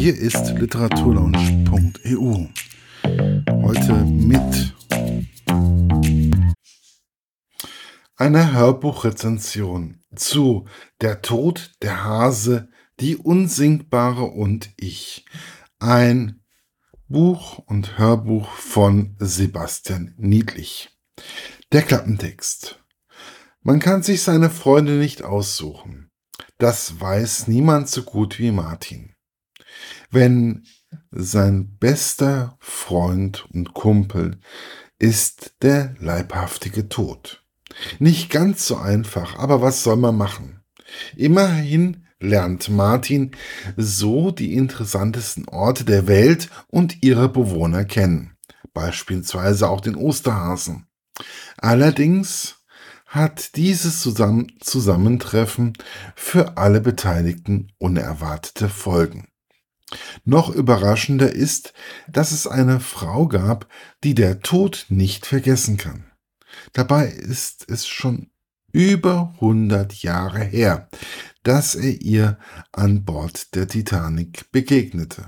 Hier ist literaturlaunch.eu. Heute mit einer Hörbuchrezension zu Der Tod, der Hase, die Unsinkbare und ich. Ein Buch und Hörbuch von Sebastian Niedlich. Der Klappentext. Man kann sich seine Freunde nicht aussuchen. Das weiß niemand so gut wie Martin. Wenn sein bester Freund und Kumpel ist der leibhaftige Tod. Nicht ganz so einfach, aber was soll man machen? Immerhin lernt Martin so die interessantesten Orte der Welt und ihre Bewohner kennen. Beispielsweise auch den Osterhasen. Allerdings hat dieses Zusammentreffen für alle Beteiligten unerwartete Folgen. Noch überraschender ist, dass es eine Frau gab, die der Tod nicht vergessen kann. Dabei ist es schon über 100 Jahre her, dass er ihr an Bord der Titanic begegnete.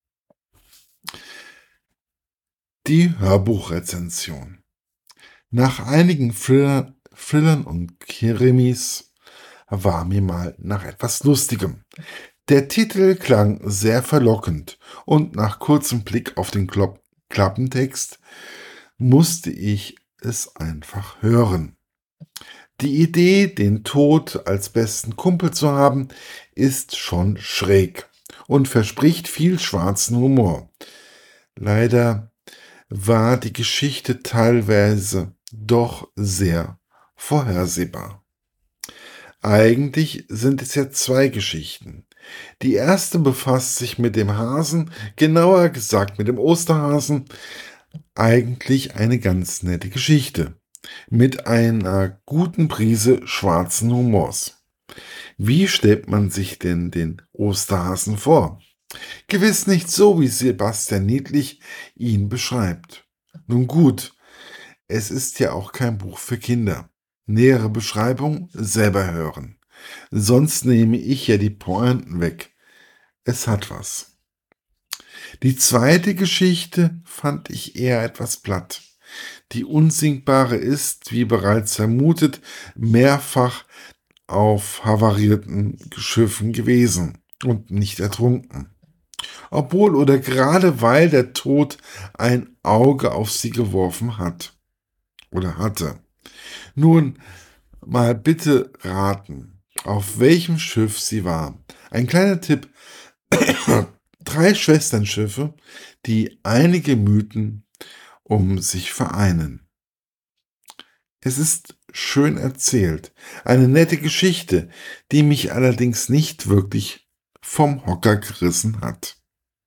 Die Hörbuchrezension. Nach einigen Thrillern und Krimis war mir mal nach etwas Lustigem. Der Titel klang sehr verlockend und nach kurzem Blick auf den Klappentext musste ich es einfach hören. Die Idee, den Tod als besten Kumpel zu haben, ist schon schräg und verspricht viel schwarzen Humor. Leider war die Geschichte teilweise doch sehr vorhersehbar. Eigentlich sind es ja zwei Geschichten. Die erste befasst sich mit dem Hasen, genauer gesagt mit dem Osterhasen. Eigentlich eine ganz nette Geschichte. Mit einer guten Prise schwarzen Humors. Wie stellt man sich denn den Osterhasen vor? Gewiss nicht so, wie Sebastian Niedlich ihn beschreibt. Nun gut, es ist ja auch kein Buch für Kinder. Nähere Beschreibung selber hören. Sonst nehme ich ja die Pointen weg. Es hat was. Die zweite Geschichte fand ich eher etwas platt. Die Unsinkbare ist, wie bereits vermutet, mehrfach auf havarierten Schiffen gewesen und nicht ertrunken. Obwohl oder gerade weil der Tod ein Auge auf sie geworfen hat oder hatte. Nun mal bitte raten, auf welchem Schiff sie war. Ein kleiner Tipp. 3 Schwesternschiffe, die einige Mythen um sich vereinen. Es ist schön erzählt, eine nette Geschichte, die mich allerdings nicht wirklich vom Hocker gerissen hat.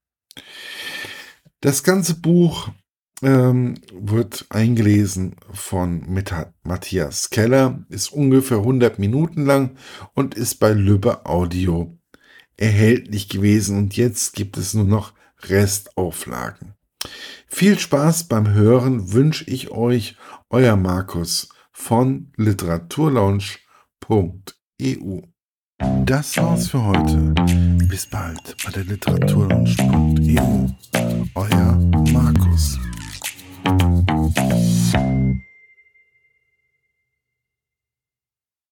Das ganze Buch wird eingelesen von Matthias Keller, ist ungefähr 100 Minuten lang und ist bei Lübbe Audio erhältlich gewesen und jetzt gibt es nur noch Restauflagen. Viel Spaß beim Hören wünsche ich euch, euer Markus von literaturlaunch.eu. Das war's für heute. Bis bald bei der literaturlaunch.eu. Euer Markus.